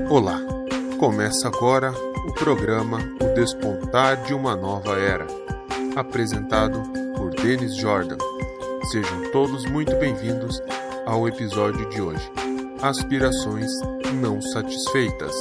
Olá, começa agora o programa O Despontar de uma Nova Era, apresentado por Denis Jordan. Sejam todos muito bem-vindos ao episódio de hoje, Aspirações Não Satisfeitas.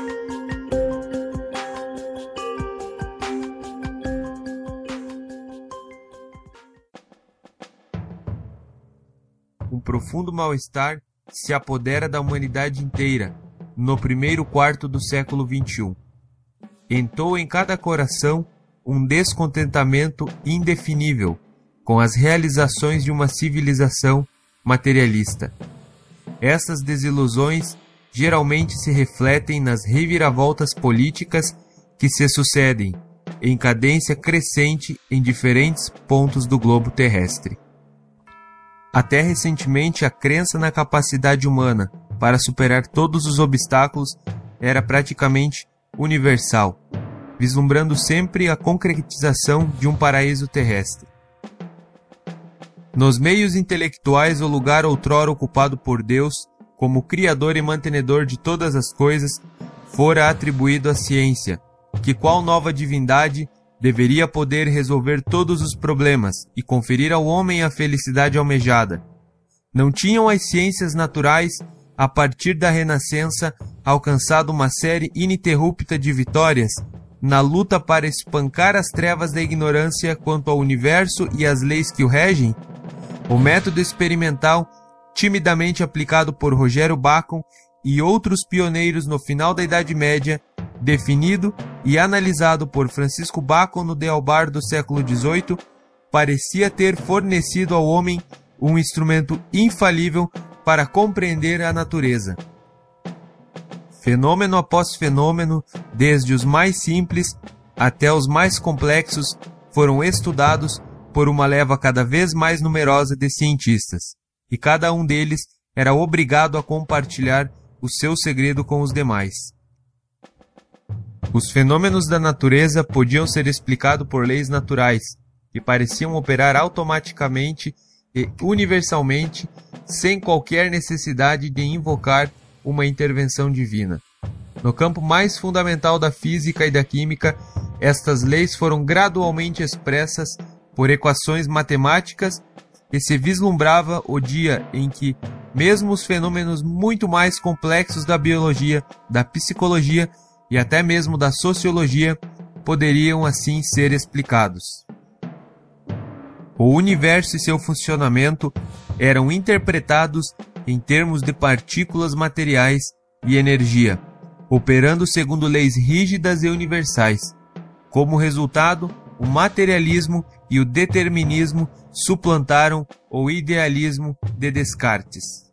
Um profundo mal-estar se apodera da humanidade inteira no primeiro quarto do século XXI. Entrou em cada coração um descontentamento indefinível com as realizações de uma civilização materialista. Essas desilusões geralmente se refletem nas reviravoltas políticas que se sucedem em cadência crescente em diferentes pontos do globo terrestre. Até recentemente, a crença na capacidade humana para superar todos os obstáculos era praticamente universal, vislumbrando sempre a concretização de um paraíso terrestre. Nos meios intelectuais, o lugar outrora ocupado por Deus, como Criador e mantenedor de todas as coisas, fora atribuído à ciência, que qual nova divindade deveria poder resolver todos os problemas e conferir ao homem a felicidade almejada. Não tinham as ciências naturais, a partir da Renascença, alcançado uma série ininterrupta de vitórias na luta para espancar as trevas da ignorância quanto ao universo e às leis que o regem? O método experimental, timidamente aplicado por Rogério Bacon e outros pioneiros no final da Idade Média, definido e analisado por Francisco Bacon no Deobar do século XVIII, parecia ter fornecido ao homem um instrumento infalível para compreender a natureza. Fenômeno após fenômeno, desde os mais simples até os mais complexos, foram estudados por uma leva cada vez mais numerosa de cientistas, e cada um deles era obrigado a compartilhar o seu segredo com os demais. Os fenômenos da natureza podiam ser explicados por leis naturais, que pareciam operar automaticamente e universalmente, sem qualquer necessidade de invocar uma intervenção divina. No campo mais fundamental da física e da química, estas leis foram gradualmente expressas por equações matemáticas e se vislumbrava o dia em que, mesmo os fenômenos muito mais complexos da biologia, da psicologia e até mesmo da sociologia, poderiam assim ser explicados. O universo e seu funcionamento eram interpretados em termos de partículas materiais e energia, operando segundo leis rígidas e universais. Como resultado, o materialismo e o determinismo suplantaram o idealismo de Descartes.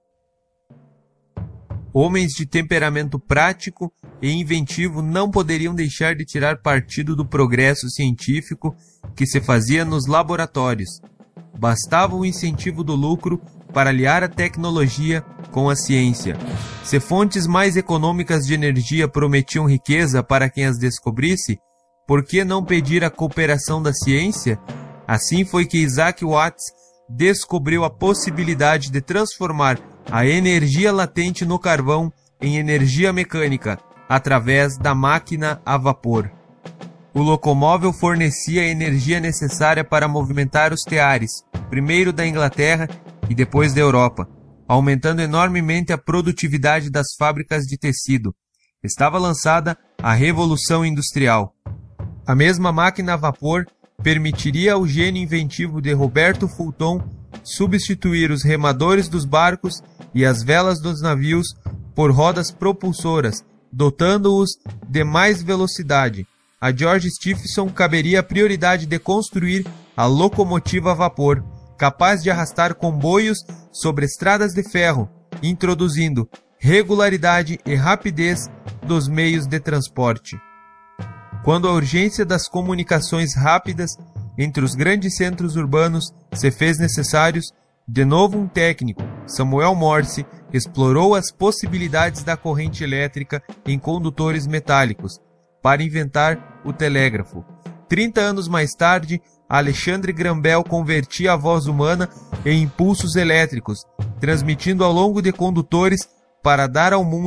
Homens de temperamento prático e inventivo não poderiam deixar de tirar partido do progresso científico que se fazia nos laboratórios. Bastava o incentivo do lucro para aliar a tecnologia com a ciência. Se fontes mais econômicas de energia prometiam riqueza para quem as descobrisse, por que não pedir a cooperação da ciência? Assim foi que Isaac Watts descobriu a possibilidade de transformar a energia latente no carvão em energia mecânica, através da máquina a vapor. O locomóvel fornecia a energia necessária para movimentar os teares, primeiro da Inglaterra e depois da Europa, aumentando enormemente a produtividade das fábricas de tecido. Estava lançada a Revolução Industrial. A mesma máquina a vapor permitiria ao gênio inventivo de Roberto Fulton substituir os remadores dos barcos e as velas dos navios por rodas propulsoras, dotando-os de mais velocidade. A George Stephenson caberia a prioridade de construir a locomotiva a vapor, capaz de arrastar comboios sobre estradas de ferro, introduzindo regularidade e rapidez dos meios de transporte. Quando a urgência das comunicações rápidas entre os grandes centros urbanos se fez necessários, de novo um técnico, Samuel Morse, explorou as possibilidades da corrente elétrica em condutores metálicos para inventar o telégrafo. 30 anos mais tarde, Alexandre Graham Bell convertia a voz humana em impulsos elétricos, transmitindo ao longo de condutores para dar ao mundo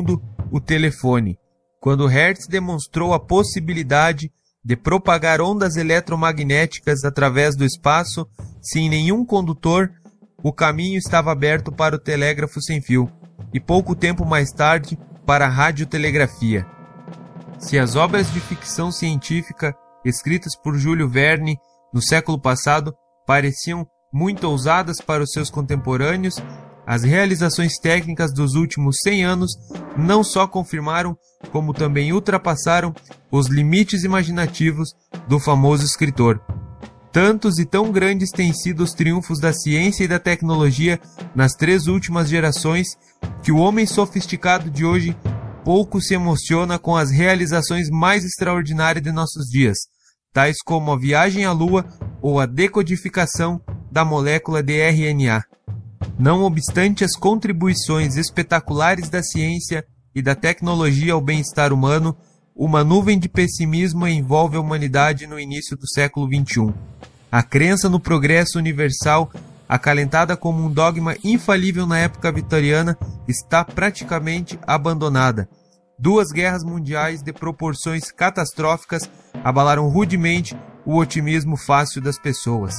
o telefone, quando Hertz demonstrou a possibilidade de propagar ondas eletromagnéticas através do espaço sem nenhum condutor. O caminho estava aberto para o telégrafo sem fio e pouco tempo mais tarde para a radiotelegrafia. Se as obras de ficção científica escritas por Júlio Verne no século passado pareciam muito ousadas para os seus contemporâneos, as realizações técnicas dos últimos 100 anos não só confirmaram, como também ultrapassaram os limites imaginativos do famoso escritor. Tantos e tão grandes têm sido os triunfos da ciência e da tecnologia nas 3 últimas gerações, que o homem sofisticado de hoje pouco se emociona com as realizações mais extraordinárias de nossos dias, tais como a viagem à Lua ou a decodificação da molécula de RNA. Não obstante as contribuições espetaculares da ciência e da tecnologia ao bem-estar humano, uma nuvem de pessimismo envolve a humanidade no início do século XXI. A crença no progresso universal, acalentada como um dogma infalível na época vitoriana, está praticamente abandonada. 2 guerras mundiais de proporções catastróficas abalaram rudemente o otimismo fácil das pessoas.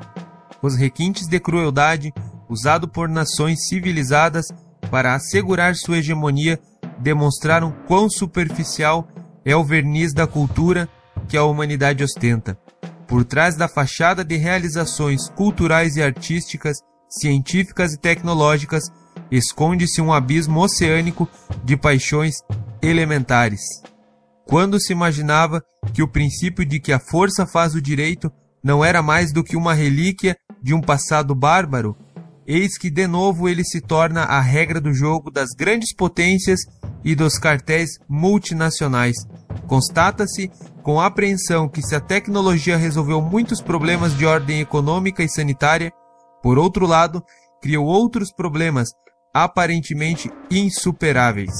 Os requintes de crueldade usado por nações civilizadas para assegurar sua hegemonia demonstraram quão superficial é o verniz da cultura que a humanidade ostenta. Por trás da fachada de realizações culturais e artísticas, científicas e tecnológicas, esconde-se um abismo oceânico de paixões elementares. Quando se imaginava que o princípio de que a força faz o direito não era mais do que uma relíquia de um passado bárbaro, eis que de novo ele se torna a regra do jogo das grandes potências e dos cartéis multinacionais. Constata-se com apreensão que se a tecnologia resolveu muitos problemas de ordem econômica e sanitária, por outro lado, criou outros problemas aparentemente insuperáveis.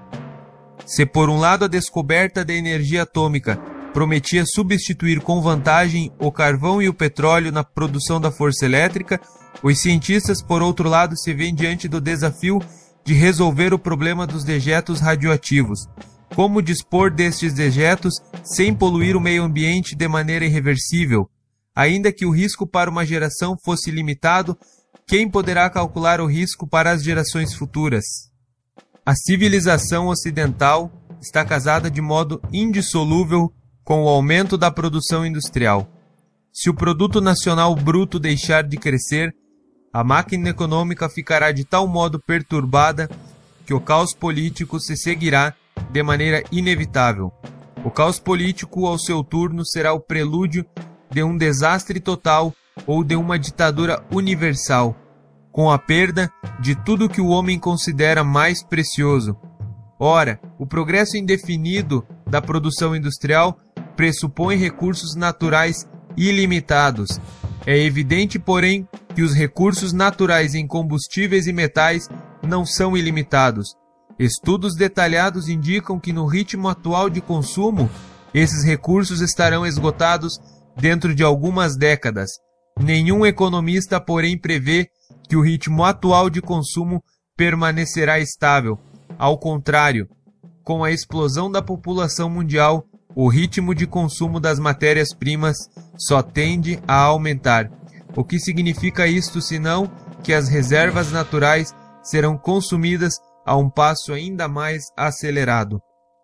Se por um lado a descoberta da energia atômica prometia substituir com vantagem o carvão e o petróleo na produção da força elétrica, os cientistas, por outro lado, se veem diante do desafio de resolver o problema dos dejetos radioativos. Como dispor destes dejetos sem poluir o meio ambiente de maneira irreversível? Ainda que o risco para uma geração fosse limitado, quem poderá calcular o risco para as gerações futuras? A civilização ocidental está casada de modo indissolúvel com o aumento da produção industrial. Se o produto nacional bruto deixar de crescer, a máquina econômica ficará de tal modo perturbada que o caos político se seguirá de maneira inevitável. O caos político, ao seu turno, será o prelúdio de um desastre total ou de uma ditadura universal, com a perda de tudo que o homem considera mais precioso. Ora, o progresso indefinido da produção industrial pressupõe recursos naturais ilimitados. É evidente, porém, que os recursos naturais em combustíveis e metais não são ilimitados. Estudos detalhados indicam que no ritmo atual de consumo, esses recursos estarão esgotados dentro de algumas décadas. Nenhum economista, porém, prevê que o ritmo atual de consumo permanecerá estável. Ao contrário, com a explosão da população mundial, o ritmo de consumo das matérias-primas só tende a aumentar. O que significa isto senão que as reservas naturais serão consumidas a um passo ainda mais acelerado?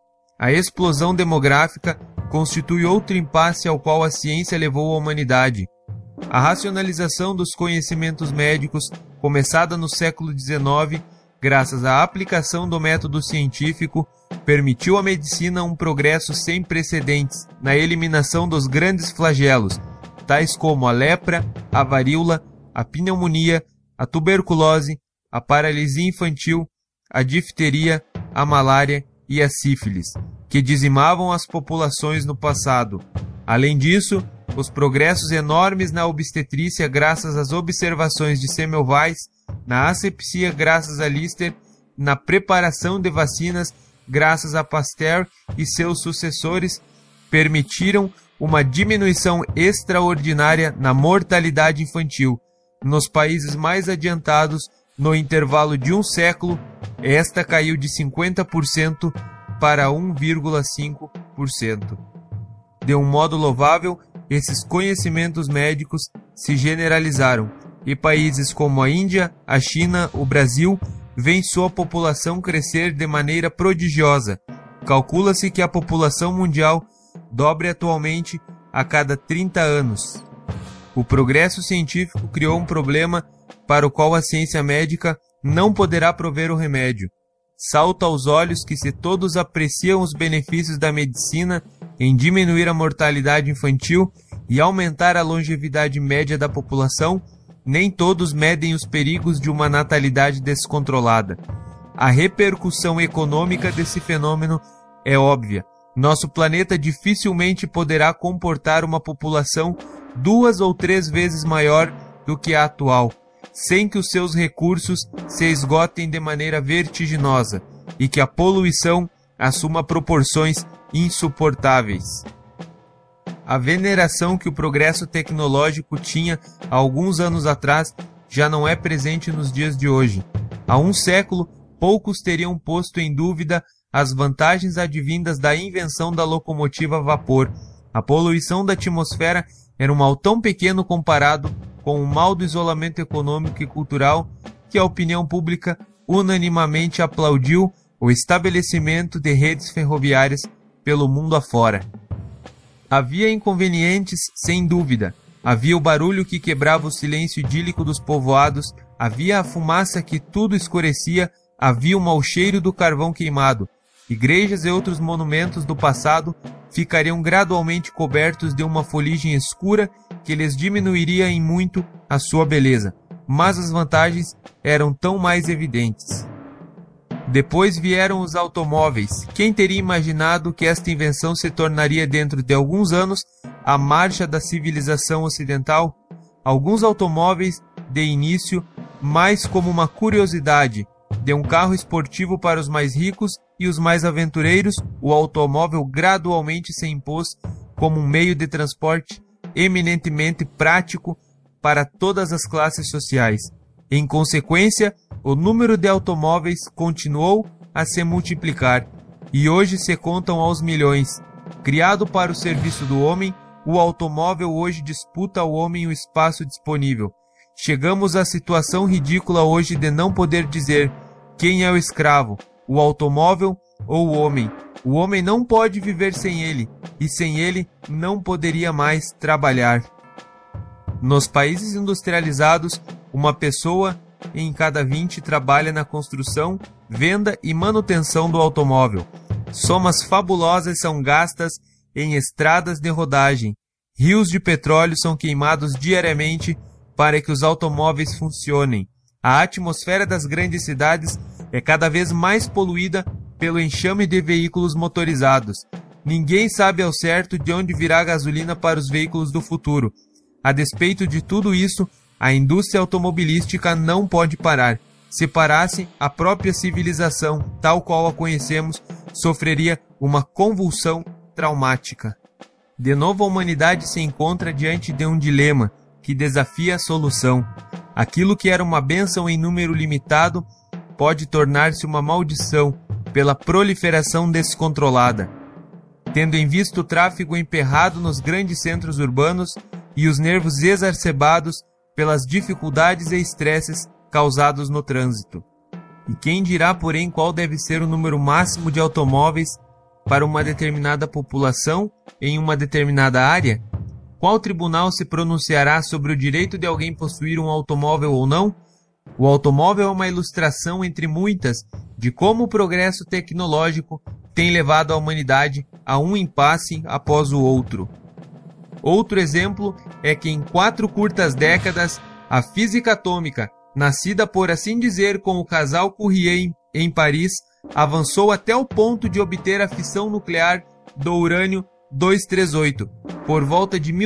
A explosão demográfica constitui outro impasse ao qual a ciência levou a humanidade. A racionalização dos conhecimentos médicos, começada no século XIX, graças à aplicação do método científico, permitiu à medicina um progresso sem precedentes na eliminação dos grandes flagelos, tais como a lepra, a varíola, a pneumonia, a tuberculose, a paralisia infantil, a difteria, a malária e a sífilis, que dizimavam as populações no passado. Além disso, os progressos enormes na obstetrícia graças às observações de Semmelweis, na asepsia graças a Lister, na preparação de vacinas graças a Pasteur e seus sucessores, permitiram uma diminuição extraordinária na mortalidade infantil. Nos países mais adiantados, no intervalo de um século, esta caiu de 50% para 1,5%. De um modo louvável, esses conhecimentos médicos se generalizaram, e países como a Índia, a China, o Brasil, veem sua população crescer de maneira prodigiosa. Calcula-se que a população mundial dobre atualmente a cada 30 anos. O progresso científico criou um problema para o qual a ciência médica não poderá prover o remédio. Salta aos olhos que, se todos apreciam os benefícios da medicina em diminuir a mortalidade infantil e aumentar a longevidade média da população, nem todos medem os perigos de uma natalidade descontrolada. A repercussão econômica desse fenômeno é óbvia. Nosso planeta dificilmente poderá comportar uma população 2 ou 3 vezes maior do que a atual, sem que os seus recursos se esgotem de maneira vertiginosa e que a poluição assuma proporções insuportáveis. A veneração que o progresso tecnológico tinha há alguns anos atrás já não é presente nos dias de hoje. Há um século, poucos teriam posto em dúvida as vantagens advindas da invenção da locomotiva a vapor. A poluição da atmosfera era um mal tão pequeno comparado com o mal do isolamento econômico e cultural que a opinião pública unanimamente aplaudiu o estabelecimento de redes ferroviárias pelo mundo afora. Havia inconvenientes, sem dúvida. Havia o barulho que quebrava o silêncio idílico dos povoados, havia a fumaça que tudo escurecia, havia o mau cheiro do carvão queimado. Igrejas e outros monumentos do passado ficariam gradualmente cobertos de uma foligem escura que lhes diminuiria em muito a sua beleza, mas as vantagens eram tão mais evidentes. Depois vieram os automóveis. Quem teria imaginado que esta invenção se tornaria dentro de alguns anos a marcha da civilização ocidental? Alguns automóveis, de início, mais como uma curiosidade, de um carro esportivo para os mais ricos e os mais aventureiros, o automóvel gradualmente se impôs como um meio de transporte eminentemente prático para todas as classes sociais. Em consequência, o número de automóveis continuou a se multiplicar e hoje se contam aos milhões. Criado para o serviço do homem, o automóvel hoje disputa ao homem o espaço disponível. Chegamos à situação ridícula hoje de não poder dizer quem é o escravo, o automóvel ou o homem. O homem não pode viver sem ele, e sem ele não poderia mais trabalhar. Nos países industrializados, uma pessoa em cada 20 trabalha na construção, venda e manutenção do automóvel. Somas fabulosas são gastas em estradas de rodagem. Rios de petróleo são queimados diariamente para que os automóveis funcionem. A atmosfera das grandes cidades é cada vez mais poluída pelo enxame de veículos motorizados. Ninguém sabe ao certo de onde virá a gasolina para os veículos do futuro. A despeito de tudo isso, a indústria automobilística não pode parar. Se parasse, a própria civilização, tal qual a conhecemos, sofreria uma convulsão traumática. De novo, a humanidade se encontra diante de um dilema que desafia a solução. Aquilo que era uma bênção em número limitado pode tornar-se uma maldição pela proliferação descontrolada. Tendo em vista o tráfego emperrado nos grandes centros urbanos e os nervos exacerbados pelas dificuldades e estresses causados no trânsito. E quem dirá, porém, qual deve ser o número máximo de automóveis para uma determinada população em uma determinada área? Qual tribunal se pronunciará sobre o direito de alguém possuir um automóvel ou não? O automóvel é uma ilustração entre muitas de como o progresso tecnológico tem levado a humanidade a um impasse após o outro. Outro exemplo é que em 4 curtas décadas, a física atômica, nascida por assim dizer com o casal Curie em Paris, avançou até o ponto de obter a fissão nuclear do urânio 238, por volta de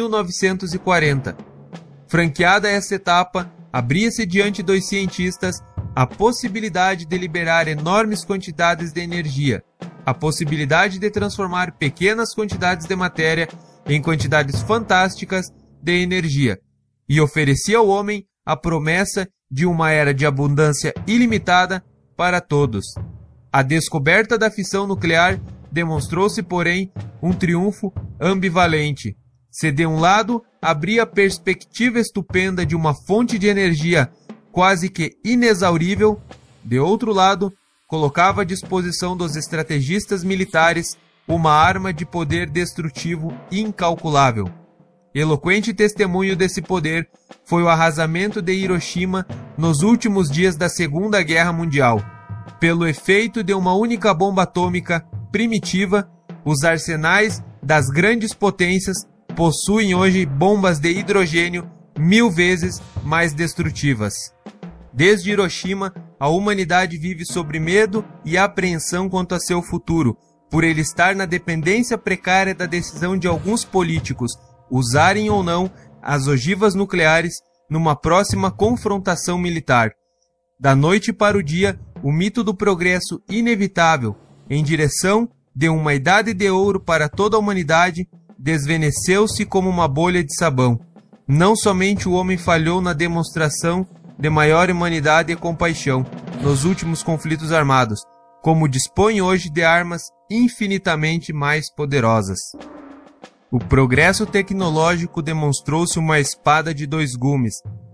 1940. Franqueada essa etapa, abria-se diante dos cientistas a possibilidade de liberar enormes quantidades de energia, a possibilidade de transformar pequenas quantidades de matéria em quantidades fantásticas de energia, e oferecia ao homem a promessa de uma era de abundância ilimitada para todos. A descoberta da fissão nuclear demonstrou-se, porém, um triunfo ambivalente. Se de um lado abria a perspectiva estupenda de uma fonte de energia quase que inexaurível, de outro lado, colocava à disposição dos estrategistas militares uma arma de poder destrutivo incalculável. Eloquente testemunho desse poder foi o arrasamento de Hiroshima nos últimos dias da Segunda Guerra Mundial. Pelo efeito de uma única bomba atômica primitiva, os arsenais das grandes potências possuem hoje bombas de hidrogênio 1000 vezes mais destrutivas. Desde Hiroshima, a humanidade vive sob medo e apreensão quanto a seu futuro, por ele estar na dependência precária da decisão de alguns políticos usarem ou não as ogivas nucleares numa próxima confrontação militar. Da noite para o dia, o mito do progresso inevitável em direção de uma idade de ouro para toda a humanidade desvaneceu-se como uma bolha de sabão. Não somente o homem falhou na demonstração de maior humanidade e compaixão nos últimos conflitos armados, como dispõe hoje de armas infinitamente mais poderosas. O progresso tecnológico demonstrou-se uma espada de dois gumes,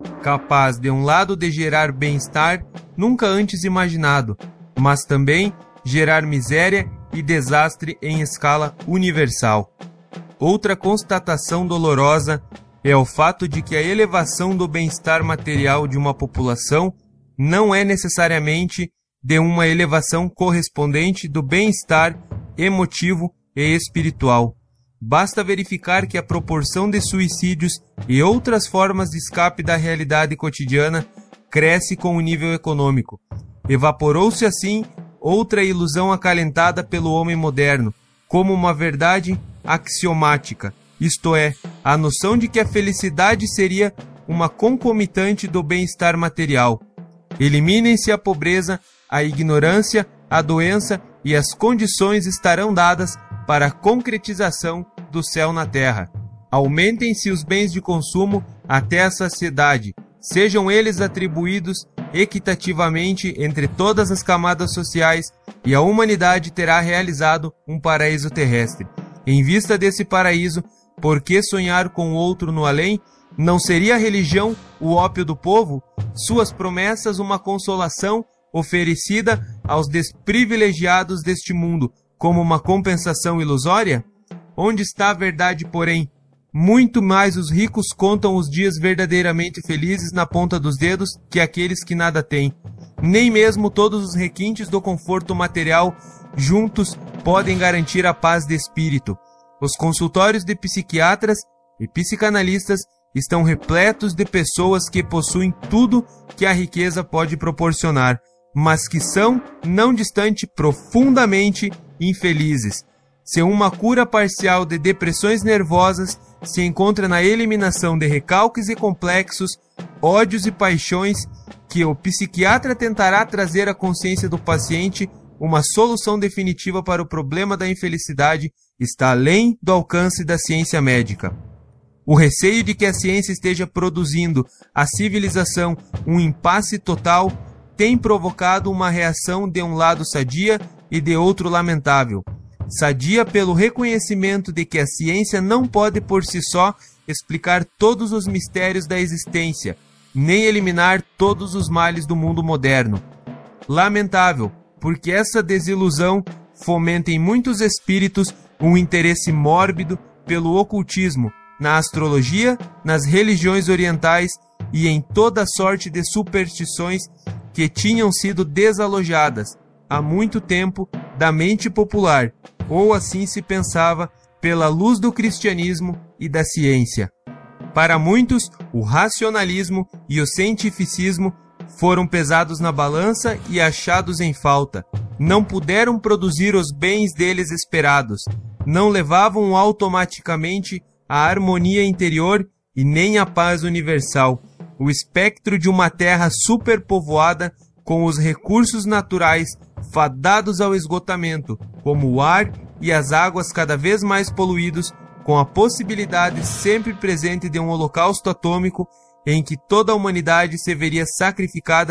capaz de um lado de gerar bem-estar nunca antes imaginado, mas também gerar miséria e desastre em escala universal. Outra constatação dolorosa é o fato de que a elevação do bem-estar material de uma população não é necessariamente de uma elevação correspondente do bem-estar emotivo e espiritual. Basta verificar que a proporção de suicídios e outras formas de escape da realidade cotidiana cresce com o nível econômico. Evaporou-se assim outra ilusão acalentada pelo homem moderno, como uma verdade axiomática, isto é, a noção de que a felicidade seria uma concomitante do bem-estar material. Eliminem-se a pobreza, a ignorância, a doença e as condições estarão dadas para a concretização do céu na terra. Aumentem-se os bens de consumo até a saciedade, sejam eles atribuídos equitativamente entre todas as camadas sociais, e a humanidade terá realizado um paraíso terrestre. Em vista desse paraíso, por que sonhar com o outro no além? Não seria a religião o ópio do povo? Suas promessas uma consolação oferecida aos desprivilegiados deste mundo como uma compensação ilusória? Onde está a verdade, porém? Muito mais os ricos contam os dias verdadeiramente felizes na ponta dos dedos que aqueles que nada têm. Nem mesmo todos os requintes do conforto material juntos podem garantir a paz de espírito. Os consultórios de psiquiatras e psicanalistas estão repletos de pessoas que possuem tudo que a riqueza pode proporcionar, mas que são, não distante, profundamente infelizes. Se uma cura parcial de depressões nervosas se encontra na eliminação de recalques e complexos, ódios e paixões, que o psiquiatra tentará trazer à consciência do paciente uma solução definitiva para o problema da infelicidade, está além do alcance da ciência médica. O receio de que a ciência esteja produzindo à civilização um impasse total tem provocado uma reação de um lado sadia e de outro lamentável. Sadia pelo reconhecimento de que a ciência não pode por si só explicar todos os mistérios da existência, nem eliminar todos os males do mundo moderno. Lamentável, porque essa desilusão fomenta em muitos espíritos um interesse mórbido pelo ocultismo, na astrologia, nas religiões orientais e em toda sorte de superstições que tinham sido desalojadas há muito tempo da mente popular, ou assim se pensava, pela luz do cristianismo e da ciência. Para muitos, o racionalismo e o cientificismo foram pesados na balança e achados em falta. Não puderam produzir os bens deles esperados. Não levavam automaticamente a harmonia interior e nem a paz universal. O espectro de uma terra superpovoada com os recursos naturais fadados ao esgotamento, como o ar e as águas cada vez mais poluídos, com a possibilidade sempre presente de um holocausto atômico em que toda a humanidade se veria sacrificada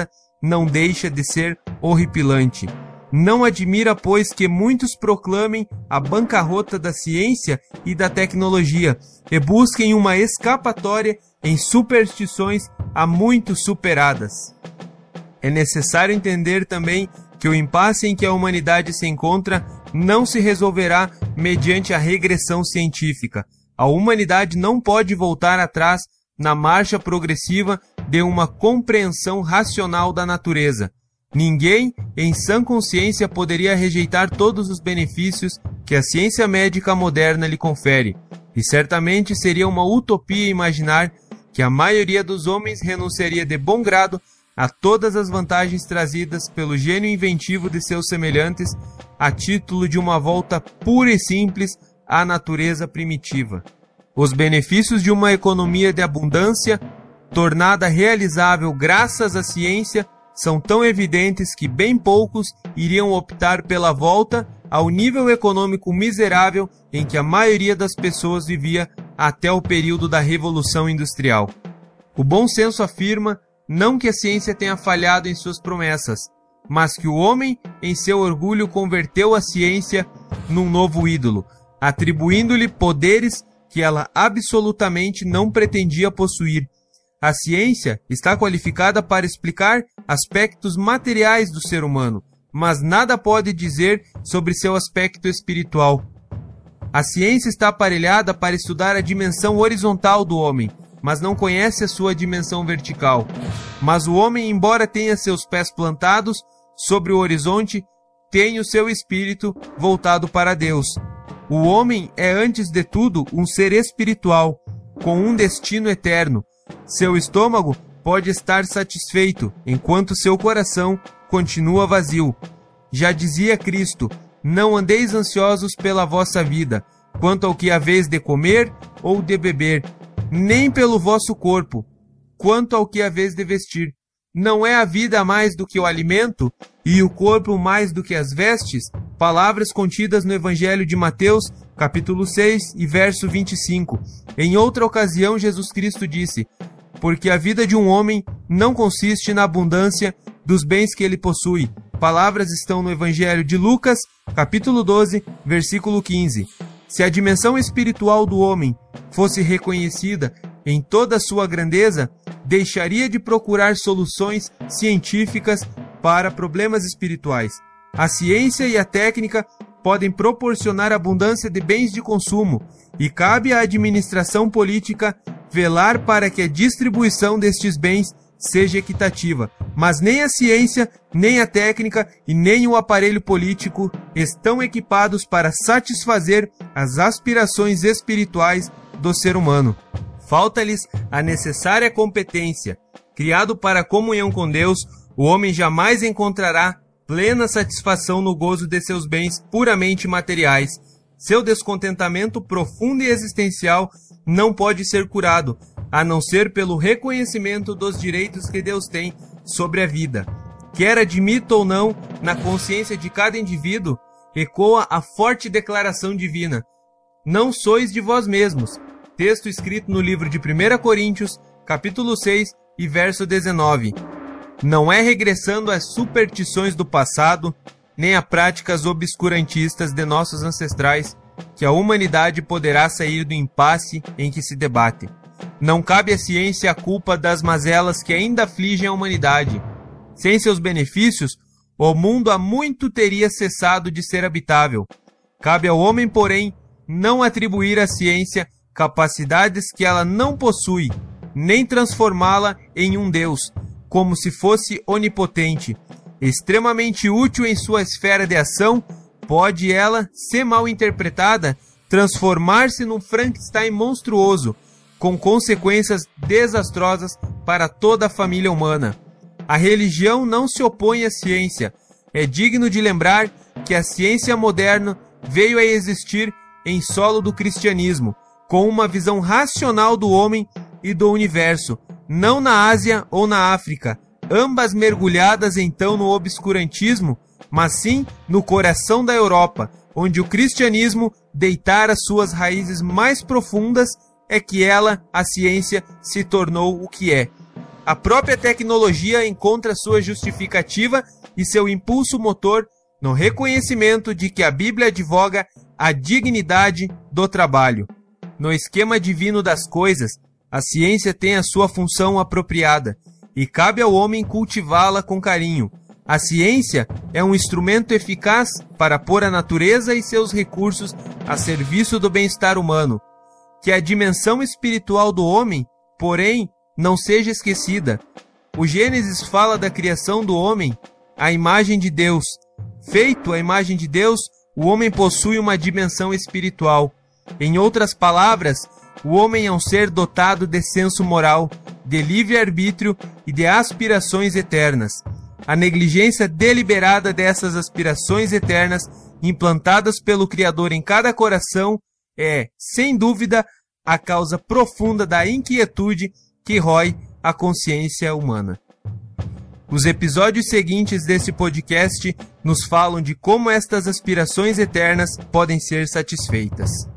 não deixa de ser horripilante. Não admira, pois, que muitos proclamem a bancarrota da ciência e da tecnologia e busquem uma escapatória em superstições há muito superadas. É necessário entender também que o impasse em que a humanidade se encontra não se resolverá mediante a regressão científica. A humanidade não pode voltar atrás na marcha progressiva de uma compreensão racional da natureza. Ninguém, em sã consciência, poderia rejeitar todos os benefícios que a ciência médica moderna lhe confere, e certamente seria uma utopia imaginar que a maioria dos homens renunciaria de bom grado a todas as vantagens trazidas pelo gênio inventivo de seus semelhantes a título de uma volta pura e simples à natureza primitiva. Os benefícios de uma economia de abundância, tornada realizável graças à ciência, são tão evidentes que bem poucos iriam optar pela volta ao nível econômico miserável em que a maioria das pessoas vivia até o período da Revolução Industrial. O bom senso afirma não que a ciência tenha falhado em suas promessas, mas que o homem, em seu orgulho, converteu a ciência num novo ídolo, atribuindo-lhe poderes que ela absolutamente não pretendia possuir. A ciência está qualificada para explicar aspectos materiais do ser humano, mas nada pode dizer sobre seu aspecto espiritual. A ciência está aparelhada para estudar a dimensão horizontal do homem, mas não conhece a sua dimensão vertical. Mas o homem, embora tenha seus pés plantados sobre o horizonte, tem o seu espírito voltado para Deus. O homem é, antes de tudo, um ser espiritual, com um destino eterno. Seu estômago pode estar satisfeito, enquanto seu coração continua vazio. Já dizia Cristo: não andeis ansiosos pela vossa vida, quanto ao que haveis de comer ou de beber, nem pelo vosso corpo, quanto ao que haveis de vestir. Não é a vida mais do que o alimento, e o corpo mais do que as vestes? Palavras contidas no Evangelho de Mateus, capítulo 6 e verso 25. Em outra ocasião, Jesus Cristo disse: porque a vida de um homem não consiste na abundância dos bens que ele possui. Palavras estão no Evangelho de Lucas, capítulo 12, versículo 15. Se a dimensão espiritual do homem fosse reconhecida em toda a sua grandeza, deixaria de procurar soluções científicas para problemas espirituais. A ciência e a técnica podem proporcionar abundância de bens de consumo, e cabe à administração política velar para que a distribuição destes bens seja equitativa. Mas nem a ciência, nem a técnica e nem o aparelho político estão equipados para satisfazer as aspirações espirituais do ser humano. Falta-lhes a necessária competência. Criado para a comunhão com Deus, o homem jamais encontrará plena satisfação no gozo de seus bens puramente materiais. Seu descontentamento profundo e existencial não pode ser curado, a não ser pelo reconhecimento dos direitos que Deus tem sobre a vida. Quer admita ou não, na consciência de cada indivíduo, ecoa a forte declaração divina: não sois de vós mesmos. Texto escrito no livro de 1 Coríntios, capítulo 6 e verso 19. Não é regressando às superstições do passado, nem a práticas obscurantistas de nossos ancestrais, que a humanidade poderá sair do impasse em que se debate. Não cabe à ciência a culpa das mazelas que ainda afligem a humanidade. Sem seus benefícios, o mundo há muito teria cessado de ser habitável. Cabe ao homem, porém, não atribuir à ciência capacidades que ela não possui, nem transformá-la em um Deus, como se fosse onipotente. Extremamente útil em sua esfera de ação, pode ela, se mal interpretada, transformar-se num Frankenstein monstruoso, com consequências desastrosas para toda a família humana. A religião não se opõe à ciência. É digno de lembrar que a ciência moderna veio a existir em solo do cristianismo, com uma visão racional do homem e do universo, não na Ásia ou na África, ambas mergulhadas então no obscurantismo, mas sim no coração da Europa, onde o cristianismo deitara suas raízes mais profundas, é que ela, a ciência, se tornou o que é. a própria tecnologia encontra sua justificativa e seu impulso motor no reconhecimento de que a Bíblia advoga a dignidade do trabalho. No esquema divino das coisas, a ciência tem a sua função apropriada e cabe ao homem cultivá-la com carinho. A ciência é um instrumento eficaz para pôr a natureza e seus recursos a serviço do bem-estar humano. Que a dimensão espiritual do homem, porém, não seja esquecida. O Gênesis fala da criação do homem à imagem de Deus. Feito à imagem de Deus, o homem possui uma dimensão espiritual. Em outras palavras, o homem é um ser dotado de senso moral, de livre-arbítrio e de aspirações eternas. A negligência deliberada dessas aspirações eternas, implantadas pelo Criador em cada coração, é, sem dúvida, a causa profunda da inquietude que rói a consciência humana. Os episódios seguintes desse podcast nos falam de como estas aspirações eternas podem ser satisfeitas.